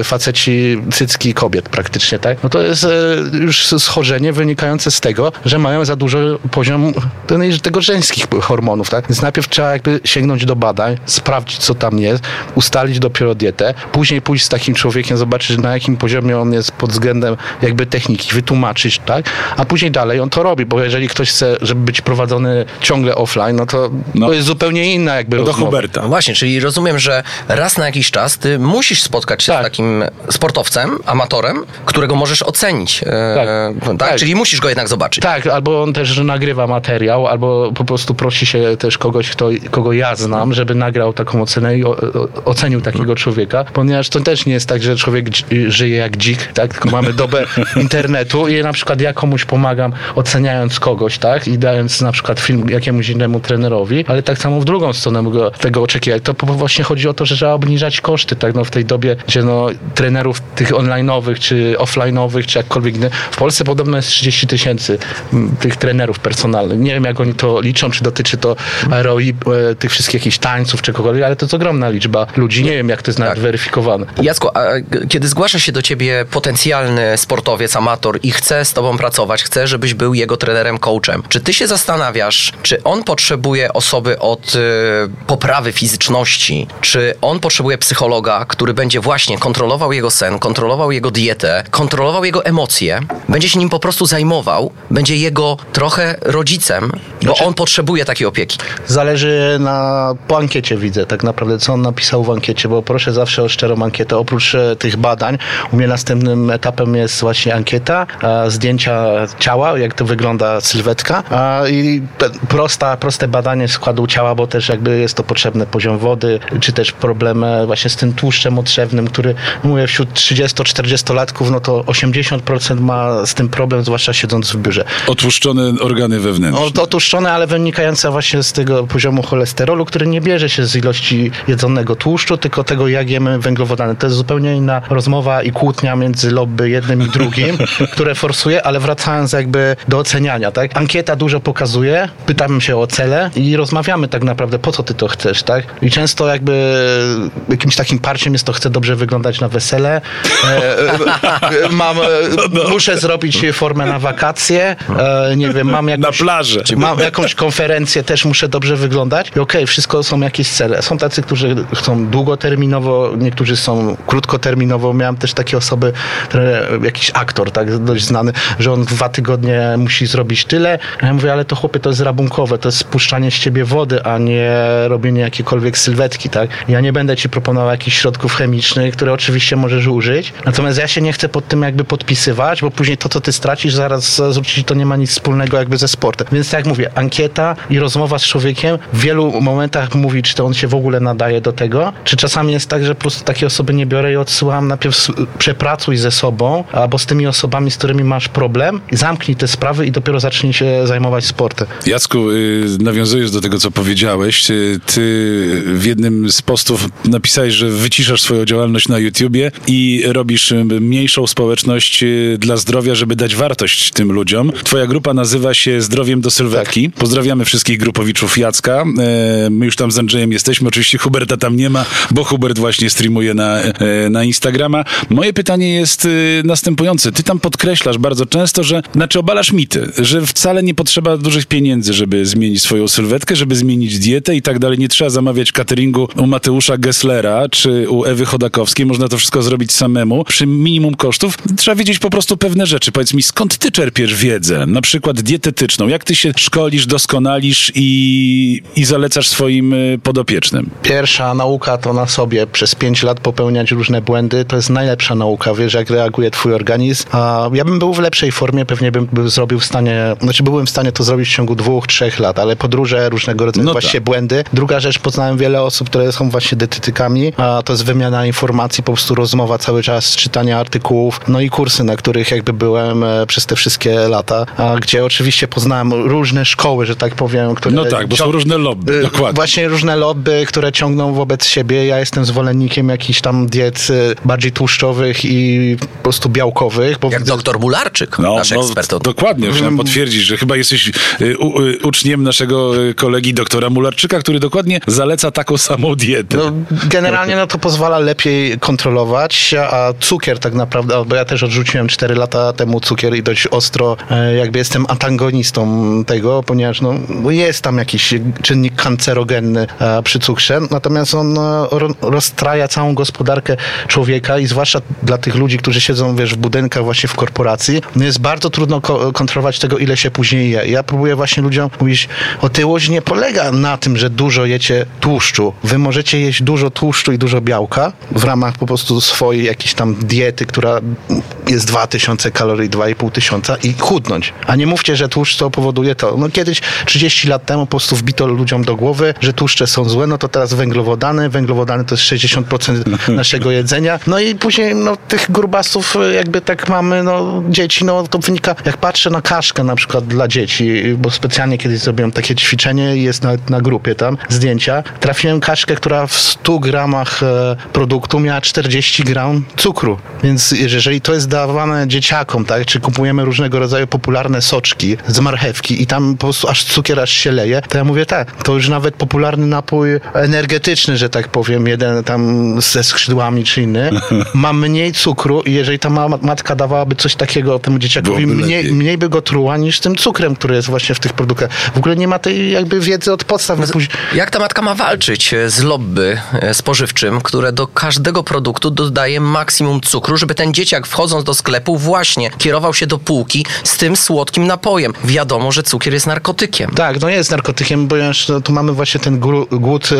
faceci cycki kobiet praktycznie, tak. No to jest już schorzenie wynikające z tego, że mają za dużo poziom tego żeńskich hormonów, tak. Więc najpierw trzeba jakby sięgnąć do badań, sprawdzić, co tam jest, ustalić dopiero dietę, później pójść z takim człowiekiem, zobaczyć, na jakim poziomie on jest pod względem jakby techniki, wytłumaczyć, tak, a później dalej on to robi, bo jeżeli ktoś chce, żeby być prowadzony ciągle offline, no to jest zupełnie inna jakby rozmowa. Do Huberta. No właśnie, czyli rozumiem, że raz na jakiś czas ty musisz spotkać się z takim sportowcem, amatorem, którego możesz ocenić. Tak? Czyli musisz go jednak zobaczyć. Tak, albo on też nagrywa materiał, albo po prostu prosi się też kogoś, kogo ja znam, żeby nagrał taką ocenę i ocenił takiego człowieka, ponieważ to też nie jest tak, że człowiek żyje jak dzik, tak? Tylko mamy dobę internetu i na przykład ja komuś pomagam oceniając kogoś, tak? I dając na przykład film jakiemuś innemu trenerowi, ale tak samo w drugą stronę mogę tego oczekiwać. To właśnie chodzi o to, że trzeba obniżać koszty, tak? No w tej dobie, gdzie trenerów tych online'owych, czy offline'owych, czy jakkolwiek inny. W Polsce podobno jest 30 000 tych trenerów personalnych. Nie wiem, jak oni to liczą, czy dotyczy to ROI, tych wszystkich jakichś tańców, czy kogokolwiek, ale to jest ogromna liczba ludzi. Nie wiem, jak to jest nawet weryfikowane. Jacku, a kiedy zgłasza się do ciebie potencjalny sportowiec, amator i chce z tobą pracować, chce, żebyś był jego trenerem, coachem, czy ty się zastanawiasz, czy on potrzebuje osoby od poprawy fizyczności, czy on potrzebuje psychologa, który będzie właśnie kontrolował jego sen, kontrolował jego dietę, kontrolował jego emocje, będzie się nim po prostu zajmował, będzie jego trochę rodzicem, bo on potrzebuje takiej opieki. Zależy po ankiecie widzę, tak naprawdę co on napisał w ankiecie, bo proszę zawsze o szczerą ankietę. Oprócz tych badań, u mnie następnym etapem jest właśnie ankieta, zdjęcia ciała, jak to wygląda sylwetka i proste badanie składu ciała, bo też jakby jest to potrzebny poziom wody, czy też problemy właśnie z tym tłuszczem otrzewnym, który, mówię, wśród 30-40-latków, no to 80% ma z tym problem, zwłaszcza siedząc w biurze. Otłuszczone organy wewnętrzne. Otłuszczone, ale wynikające właśnie z tego poziomu cholesterolu, który nie bierze się z ilości jedzonego tłuszczu, tylko tego, jak jemy węglowodany. To jest zupełnie inna rozmowa i kłótnia między lobby jednym i drugim, które forsuje, ale wracając jakby do oceniania, tak? Ankieta dużo pokazuje, pytamy się o cele i rozmawiamy tak naprawdę, po co ty to chcesz, tak? I często jakby jakimś takim parciem jest to, chcę dobrze wyglądać na wesele, muszę zrobić formę na wakacje, nie wiem, mam jakąś... Na plażę. Mam jakąś konferencję, też muszę dobrze wyglądać i okej, wszystko są jakieś cele. Są tacy, którzy chcą długoterminowo, niektórzy są krótkoterminowo. Miałem też takie osoby, które, jakiś aktor, tak, dość znany, że on 2 tygodnie musi zrobić tyle. A ja mówię, ale to chłopie, to jest rabunkowe, to jest spuszczanie z ciebie wody, a nie robienie jakiejkolwiek sylwetki, tak? Ja nie będę ci proponował jakichś środków chemicznych, które oczywiście możesz użyć, natomiast ja się nie chcę pod tym jakby podpisywać, bo później to, co ty stracisz, zaraz zwrócić, to nie ma nic wspólnego jakby ze sportem. Więc tak jak mówię, ankieta i rozmowa z człowiekiem w wielu momentach mówi, czy to on się w ogóle nadaje do tego, czy czasami jest tak, że po prostu takie osoby nie biorę i odsyłam, najpierw przepracuj ze sobą, albo z tymi osobami, z którymi masz problem, zamknij te sprawy i dopiero zacznij się zajmować sportem. Jacku, nawiązując do tego, co powiedziałeś, ty w jednym z postów napisałeś, że wyciszasz swoją działalność na YouTubie i robisz mniejszą społeczność dla zdrowia, żeby dać wartość tym ludziom. Twoja grupa nazywa się Zdrowiem do Sylwetki. Tak. Pozdrawiamy wszystkich grupowiczów Jacka. My już tam z Andrzejem jesteśmy. Oczywiście Huberta tam nie ma, bo Hubert właśnie streamuje na Instagrama. Moje pytanie jest następujące. Ty tam podkreślasz bardzo często, że obalasz mity, że wcale nie potrzeba dużych pieniędzy, żeby zmienić swoją sylwetkę, żeby zmienić dietę i tak dalej. Nie trzeba zamawiać cateringu u Mateusza Gesslera czy u Ewy Chodakowskiej. Można to wszystko zrobić samemu przy minimum kosztów. Trzeba wiedzieć po prostu pewne rzeczy. Powiedz mi, skąd ty czerpiesz wiedzę? Na przykład dietetyczną. Jak ty się szkolisz, doskonalisz i zalecasz swoim podopiecznym? Pierwsza nauka to na sobie przez 5 lat popełniać różne błędy. To jest najlepsza nauka. Wiesz, jak reaguje twój organizm. Ja bym był w lepszej formie, pewnie bym zrobił byłem w stanie to zrobić w ciągu 2-3 lat, ale podróże, różnego rodzaju właśnie błędy. Druga rzecz, poznałem wiele osób, które są właśnie dietetykami, to jest wymiana informacji, po prostu rozmowa cały czas, czytanie artykułów, no i kursy, na których jakby byłem przez te wszystkie lata, gdzie oczywiście poznałem różne szkoły, że tak powiem, które... No tak, bo są różne lobby, dokładnie. Właśnie różne lobby, które ciągną wobec siebie. Ja jestem zwolennikiem jakichś tam diet bardziej tłuszczowych i po prostu białkowych. Jak doktor Mularczyk, nasz ekspert. Dokładnie, musiałem potwierdzić, że chyba jesteś uczniem naszego kolegi doktora Mularczyka, który dokładnie zaleca taką samą dietę. No, generalnie to pozwala lepiej kontrolować, a cukier tak naprawdę, bo ja też odrzuciłem 4 lata temu cukier i dość ostro jakby jestem antagonistą tego, ponieważ jest tam jakiś czynnik kancerogenny przy cukrze, natomiast on rozstraja całą gospodarkę człowieka i zwłaszcza dla tych ludzi, którzy siedzą, wiesz, w budynkach właśnie w korporacji, jest bardzo trudno kontrolować tego, ile się później je. Ja próbuję właśnie ludziom mówić, otyłość nie polega na tym, że dużo jecie tłuszczu. Wy możecie jeść dużo tłuszczu i dużo białka w ramach po prostu swojej jakiejś tam diety, która jest 2000 kalorii, 2500 i chudnąć. A nie mówcie, że tłuszcz to powoduje to. Kiedyś 30 lat temu po prostu wbito ludziom do głowy, że tłuszcze są złe, to teraz węglowodany to jest 60% naszego jedzenia. No i później tych grubasów jakby tak mamy, dzieci, to wynika, jak patrzę na kaszkę na przykład dla dzieci, bo specjalnie kiedyś zrobiłem takie ćwiczenie i jest na grupie tam zdjęcia. Trafiłem kaszkę, która w 100 gramach produktu miała 40 gram cukru. Więc jeżeli to jest dawane dzieciakom, tak, czy kupujemy różnego rodzaju popularne soczki z marchewki i tam po prostu aż cukier aż się leje, to ja mówię tak, to już nawet popularny napój energetyczny, że tak powiem, jeden tam ze skrzydłami czy inny, ma mniej cukru i jeżeli ta matka dawałaby coś takiego temu dzieciakowi, mniej by go truła niż tym cukrem, który jest właśnie w tych produktach. W ogóle nie ma tej jakby wiedzy od podstaw. Jak ta matka ma walczyć z lobby spożywczym, które do każdego produktu dodaje maksimum cukru, żeby ten dzieciak wchodząc do sklepu właśnie kierował się do półki z tym słodkim napojem. Wiadomo, że cukier jest narkotykiem. Tak, jest narkotykiem, ponieważ tu mamy właśnie ten głód cukrowy,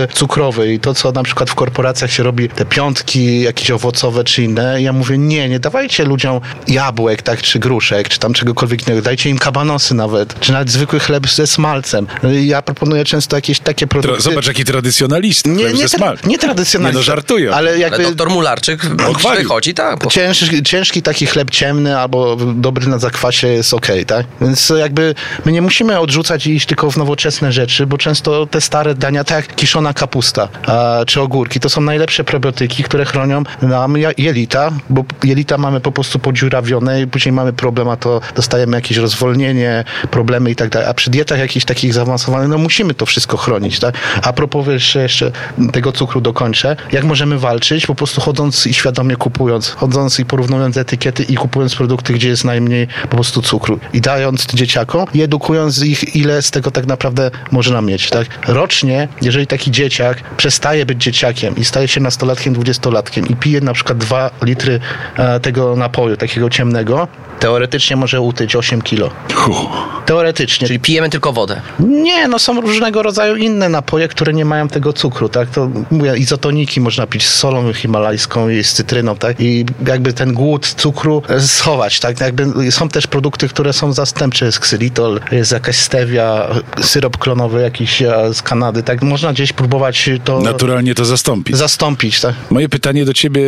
cukrowy i to, co na przykład w korporacjach się robi, te piątki jakieś owocowe czy inne, ja mówię, nie dawajcie ludziom jabłek, tak, czy gruszek, czy tam czegokolwiek innego, dajcie im kabanosy nawet, czy nawet zwykły chleb ze smalcem. Ja proponuję często jakieś takie produkty. Zobacz, jaki tradycjonalista. Nie tradycjonalista. Nie, żartuję. Ale doktor Mularczyk wychodzi, tak. Ciężki taki chleb ciemny albo dobry na zakwasie jest okej, tak? Więc jakby my nie musimy odrzucać i iść tylko w nowoczesne rzeczy, bo często te stare dania, tak jak kiszona kapusta czy ogórki, to są najlepsze probiotyki, które chronią nam jelita, bo jelita mamy po prostu podziurawione i później mamy problem, a to dostajemy jakieś rozwolnienie, problemy i tak dalej. A przy dietach jakichś takich zaawansowanych, no musimy to wszystko chronić, tak? A propos jeszcze tego cukru dokończę. Jak możemy walczyć? Po prostu chodząc i świadomie kupując, chodząc i porównując etykiety i kupując produkty, gdzie jest najmniej po prostu cukru. I dając dzieciakom i edukując ich, ile z tego tak naprawdę można mieć, tak? Rocznie, jeżeli taki dzieciak przestaje być dzieciakiem i staje się nastolatkiem, 20-latkiem i pije na przykład 2 litry tego napoju, takiego ciemnego, teoretycznie może utyć 8 kilo. Teoretycznie. Czyli pijemy tylko wodę? Nie, no są różnego rodzaju inne napoje, które nie mają tego cukru, tak? To mówię, izotoniki można pić z solą himalajską i z cytryną, tak? I jakby ten głód cukru schować, tak? Jakby są też produkty, które są zastępcze, jest ksylitol, jest jakaś stevia, syrop klonowy jakiś z Kanady, tak? Można gdzieś próbować to... Naturalnie to zastąpić. Tak? Moje pytanie do ciebie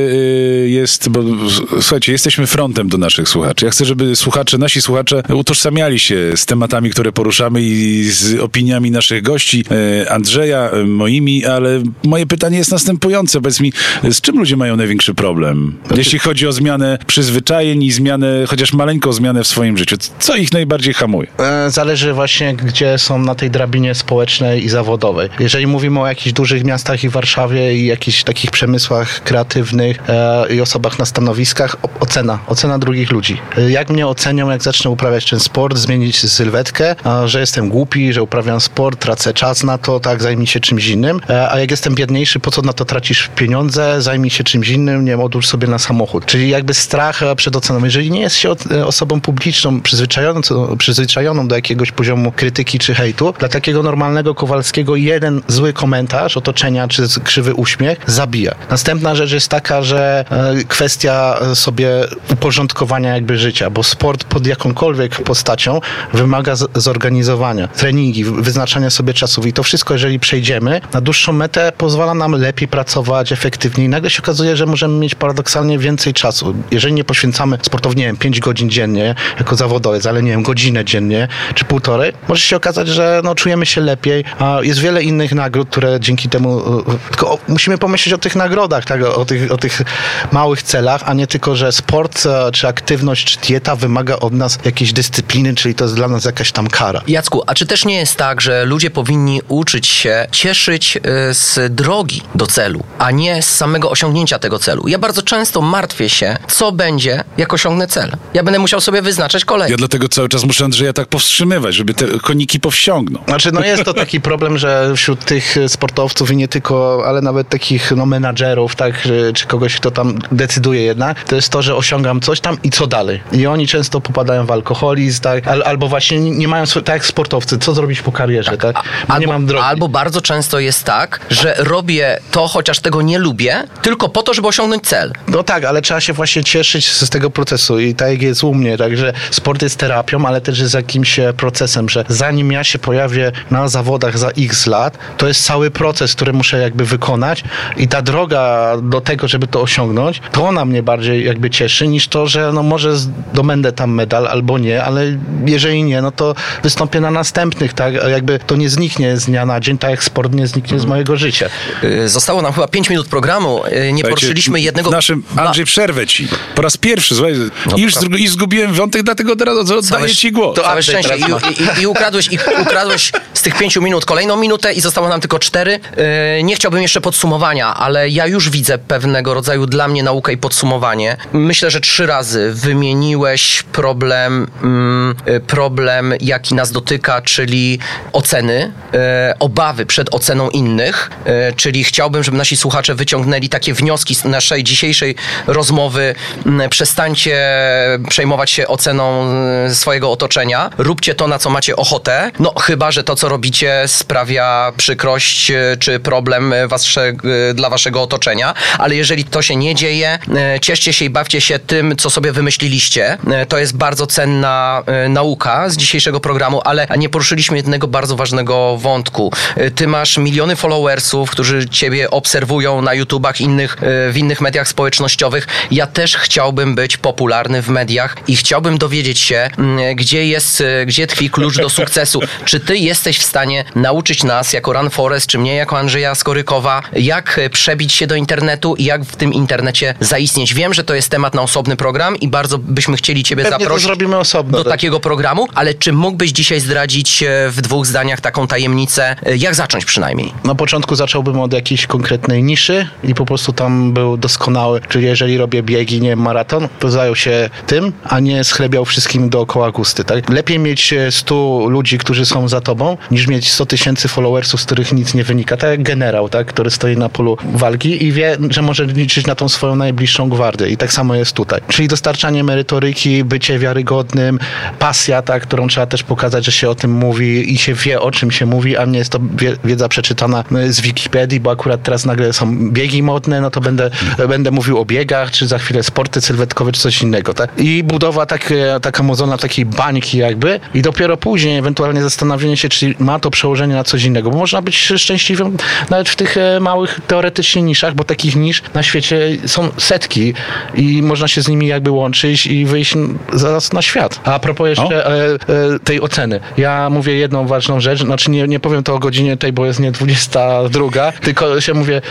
jest, bo słuchajcie, jesteśmy frontem do naszych słuchaczy. Ja chcę, żeby nasi słuchacze utożsamiali się z tematami, które poruszamy i z opiniami naszych gości, Andrzeja, moimi, ale moje pytanie jest następujące. Powiedz mi, z czym ludzie mają największy problem? Jeśli chodzi o zmianę przyzwyczajeń i chociaż maleńką zmianę w swoim życiu. Co ich najbardziej hamuje? Zależy właśnie, gdzie są na tej drabinie społecznej i zawodowej. Jeżeli mówimy o jakichś dużych miastach i Warszawie i jakichś takich przemysłach kreatywnych i osobach na stanowiskach, ocena drugich ludzi. Jak mnie ocenią, jak zacznę uprawiać ten sport, zmienić sylwetkę, że jestem głupi, że uprawiam sport, tracę czas na to, tak, zajmij się czymś innym. A jak jestem biedniejszy, po co na to tracisz pieniądze, zajmij się czymś innym, nie wiem, odłóż sobie na samochód. Czyli jakby strach przed oceną. Jeżeli nie jest się osobą publiczną, przyzwyczajoną do jakiegoś poziomu krytyki czy hejtu, dla takiego normalnego Kowalskiego jeden zły komentarz otoczenia czy krzywy uśmiech zabija. Następna rzecz jest taka, że kwestia sobie uporządkowania jakby życia, bo sport pod jakąkolwiek postacią wymaga zorganizowania, treningi, wyznaczania sobie czasów i to wszystko, jeżeli przejdziemy na dłuższą metę, pozwala nam lepiej pracować, efektywniej. Nagle się okazuje, że możemy mieć paradoksalnie więcej czasu. Jeżeli nie poświęcamy sportowi, nie wiem, 5 godzin dziennie jako zawodowiec, ale nie wiem, godzinę dziennie czy 1,5, może się okazać, że no, czujemy się lepiej, a jest wiele innych nagród, które dzięki temu, tylko musimy pomyśleć o tych nagrodach, tak? o tych małych celach, a nie tylko, że sport czy aktywność, czy dieta wymaga od nas jakiejś dyscypliny, czyli to jest dla nas jakaś tam kara. Jacku, a czy też nie jest tak, że ludzie powinni uczyć się cieszyć z drogi do celu, a nie z samego osiągnięcia tego celu? Ja bardzo często martwię się, co będzie, jak osiągnę cel. Ja będę musiał sobie wyznaczać kolejkę. Ja dlatego cały czas muszę Andrzeja tak powstrzymywać, żeby te koniki powściągnął. Znaczy, no jest to taki problem, że wśród tych sportowców i nie tylko, ale nawet takich menadżerów, tak, czy kogoś, kto tam decyduje jednak, to jest to, że osiągam coś tam i co dalej. I oni często popadają w alkoholizm, tak, albo właśnie nie mają, tak jak sportowcy, co zrobić po karierze, tak? Nie mam drogi. Albo bardzo często jest tak, że robię to, chociaż tego nie lubię, tylko po to, żeby osiągnąć cel. No tak, ale trzeba się właśnie cieszyć z tego procesu i tak jest u mnie, także sport jest terapią, ale też jest jakimś procesem, że zanim ja się pojawię na zawodach za x lat, to jest cały proces, który muszę jakby wykonać i ta droga do tego, żeby to osiągnąć, to ona mnie bardziej jakby cieszy niż to, że no może zdobędę tam medal albo nie, ale jeżeli nie, no to wystąpię na następnych, tak? Jakby to nie zniknie z dnia na dzień, tak jak sport nie zniknie z mojego życia. Zostało nam chyba 5 minut programu, nie poruszyliśmy jednego... Andrzej, przerwę ci. Po raz pierwszy, słuchaj, i zgubiłem wątek, dlatego teraz oddaję ci głos. To całe szczęście. I ukradłeś z tych 5 minut kolejną minutę i zostało nam tylko 4. Nie chciałbym jeszcze podsumowania, ale ja już widzę pewnego rodzaju dla mnie naukę i podsumowanie. Myślę, że 3 razy wymieniłeś problem, jaki nas dotyka, czyli oceny, obawy przed oceną innych, czyli chciałbym, żeby nasi słuchacze wyciągnęli takie wnioski z naszej dzisiejszej rozmowy. Przestańcie przejmować się oceną swojego otoczenia. Róbcie to, na co macie ochotę. No chyba, że to, co robicie, sprawia przykrość czy problem dla waszego otoczenia, ale jeżeli to się nie dzieje, cieszcie się i bawcie się tym, co sobie wymyśliliście. To jest bardzo cenna nauka z dzisiejszego programu, ale nie poruszyliśmy jednego bardzo ważnego wątku. Ty masz miliony followersów, którzy ciebie obserwują na YouTubach, w innych mediach społecznościowych. Ja też chciałbym być popularny w mediach i chciałbym dowiedzieć się, gdzie tkwi klucz do sukcesu. Czy ty jesteś w stanie nauczyć nas jako Run Forest, czy mnie jako Andrzeja Skorykowa, jak przebić się do internetu i jak w tym internecie zaistnieć? Wiem, że to jest temat na osobny program i bardzo byśmy chcieli ciebie zaprosić do takiego programu, ale czy mógłbyś dzisiaj zdradzić w 2 zdaniach taką tajemnicę, jak zacząć przynajmniej? Na początku zacząłbym od jakiejś konkretnej niszy i po prostu tam był doskonały, czyli jeżeli robię biegi, nie maraton, to zajął się tym, a nie schlebiał wszystkim dookoła gusty, tak? Lepiej mieć 100 ludzi, którzy są za tobą, niż mieć 100 000 followersów, z których nic nie wynika. Tak jak generał, tak? Który stoi na polu walki i wie, że może liczyć na tą swoją najbliższą gwardię. I tak samo jest tutaj. Czyli dostarczanie merytoryki, bycie wiarygodnym, pasja, tak? Którą trzeba też pokazać, że się o tym mówi i się wie, o czym się mówi, a nie jest to wiedza przeczytana z Wikipedii, bo akurat teraz nagle są biegi modne, no to będę mówił o biegach, czy za chwilę sporty sylwetkowe, czy coś innego, tak? I budowa taka mozolna takiej bańki jakby i dopiero później ewentualnie zastanowienie się, czy ma to przełożenie na coś innego, bo można być szczęśliwym nawet w tych małych teoretycznie niszach, bo takich nisz na świecie są setki i można się z nimi jakby łączyć i wyjść zaraz na świat. A propos jeszcze tej oceny. Ja mówię jedną ważną rzecz, znaczy nie powiem to o godzinie tej, bo jest nie 22, tylko się mówię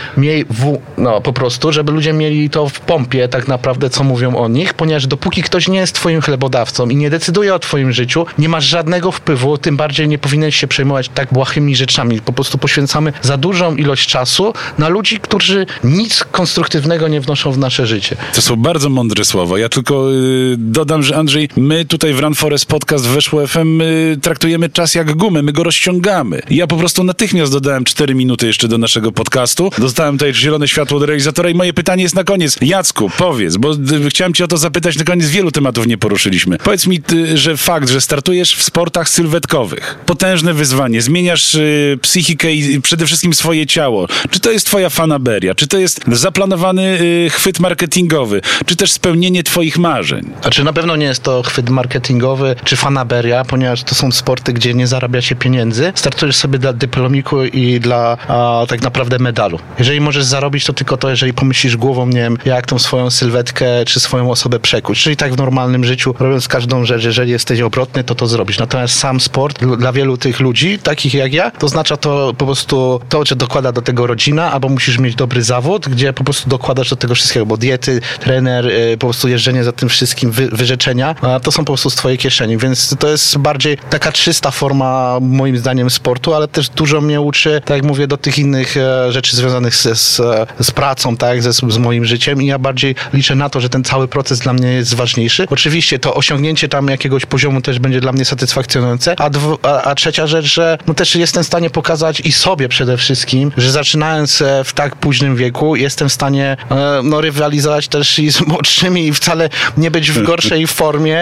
po prostu, żeby ludzie mieli to w pompie tak naprawdę, co mówią o nich, ponieważ dopóki ktoś nie jest twoim chlebodawcą i nie decyduje o twoim życiu, nie masz żadnego wpływu, tym bardziej nie powinieneś się przejmować tak błahymi rzeczami. Po prostu poświęcamy za dużą ilość czasu na ludzi, którzy nic konstruktywnego nie wnoszą w nasze życie. To są bardzo mądre słowa. Ja tylko dodam, że Andrzej, my tutaj w Run Forest Podcast w Weszło FM traktujemy czas jak gumę, my go rozciągamy. I ja po prostu natychmiast dodałem 4 minuty jeszcze do naszego podcastu. Dostałem tutaj zielone światło do realizatora i moje pytanie jest na koniec. Jacku, powiedz, bo chciałem cię o to zapytać na koniec, wielu tematów nie poruszyliśmy. Powiedz mi, że fakt, że startujesz w sportach sylwetkowych, potężne wyzwanie, zmieniasz psychikę i przede wszystkim swoje ciało. Czy to jest twoja fanaberia? Czy to jest zaplanowany chwyt marketingowy? Czy też spełnienie twoich marzeń? Znaczy na pewno nie jest to chwyt marketingowy czy fanaberia, ponieważ to są sporty, gdzie nie zarabia się pieniędzy. Startujesz sobie dla dyplomiku i dla tak naprawdę medalu. Jeżeli możesz zarobić, to tylko to, jeżeli pomyślisz głową, nie wiem, jak tą swoją sylwetkę czy swoją osobę przekuć. Czyli tak w normalnym życiu, robiąc każdą rzecz, jeżeli jesteś obrotny, to zrobisz. Natomiast sam sport dla wielu tych ludzi, takich jak ja, to oznacza to po prostu to, że dokłada do tego rodzina, albo musisz mieć dobry zawód, gdzie po prostu dokładasz do tego wszystkiego, bo diety, trener, po prostu jeżdżenie za tym wszystkim, wyrzeczenia, to są po prostu z twojej kieszeni, więc to jest bardziej taka czysta forma moim zdaniem sportu, ale też dużo mnie uczy, tak jak mówię, do tych innych rzeczy związanych z pracą, tak, z moim życiem i ja bardziej liczę na to, że ten cały proces dla mnie jest ważniejszy. Oczywiście to osiągnięcie tam jakiegoś poziomu też będzie dla mnie satysfakcjonujące, a trzecia rzecz, że też jestem w stanie pokazać i sobie przede wszystkim, że zaczynając w tak późnym wieku jestem w stanie rywalizować też i z młodszymi i wcale nie być w gorszej formie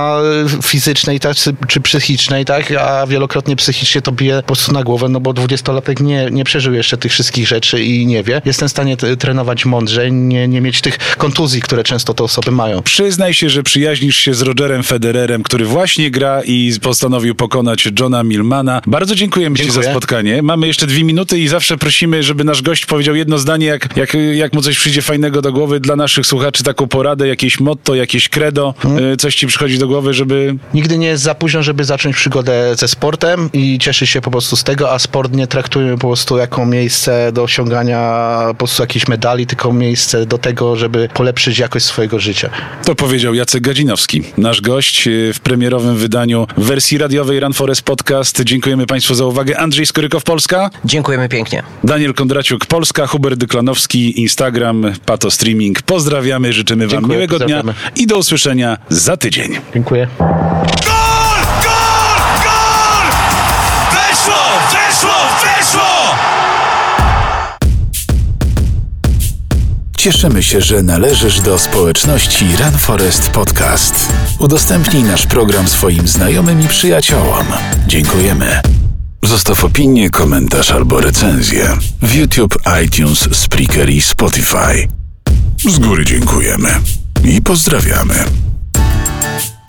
fizycznej tak, czy psychicznej, tak, a wielokrotnie psychicznie to bije po prostu na głowę, no bo 20-latek nie przeżył jeszcze tych wszystkich rzeczy i nie wie. Jestem w stanie trenować mądrzej, nie mieć tych kontuzji, które często te osoby mają. Przyznaj się, że przyjaźnisz się z Rogerem Federerem, który właśnie gra i postanowił pokonać Johna Millmana. Bardzo dziękujemy Ci za spotkanie. Mamy jeszcze 2 minuty i zawsze prosimy, żeby nasz gość powiedział jedno zdanie, jak mu coś przyjdzie fajnego do głowy dla naszych słuchaczy, taką poradę, jakieś motto, jakieś credo, coś Ci przychodzi do głowy, żeby... Nigdy nie jest za późno, żeby zacząć przygodę ze sportem i cieszyć się po prostu z tego, a sport nie traktujemy po prostu jako miejsce do osiągania po prostu jakichś medali, tylko miejsce do tego, żeby polepszyć jakość swojego życia. To powiedział Jacek Gadzinowski, nasz gość w premierowym wydaniu wersji radiowej Run Forest Podcast. Dziękujemy Państwu za uwagę. Andrzej Skorykow, Polska. Dziękujemy pięknie. Daniel Kondraciuk, Polska. Hubert Dyklanowski, Instagram, Pato Streaming. Pozdrawiamy, życzymy Wam miłego dnia i do usłyszenia za tydzień. Dziękuję. Gol! Gol! Gol! Weszło! Weszło! Weszło! Cieszymy się, że należysz do społeczności Run Forest Podcast. Udostępnij nasz program swoim znajomym i przyjaciołom. Dziękujemy. Zostaw opinię, komentarz albo recenzję w YouTube, iTunes, Spreaker i Spotify. Z góry dziękujemy i pozdrawiamy.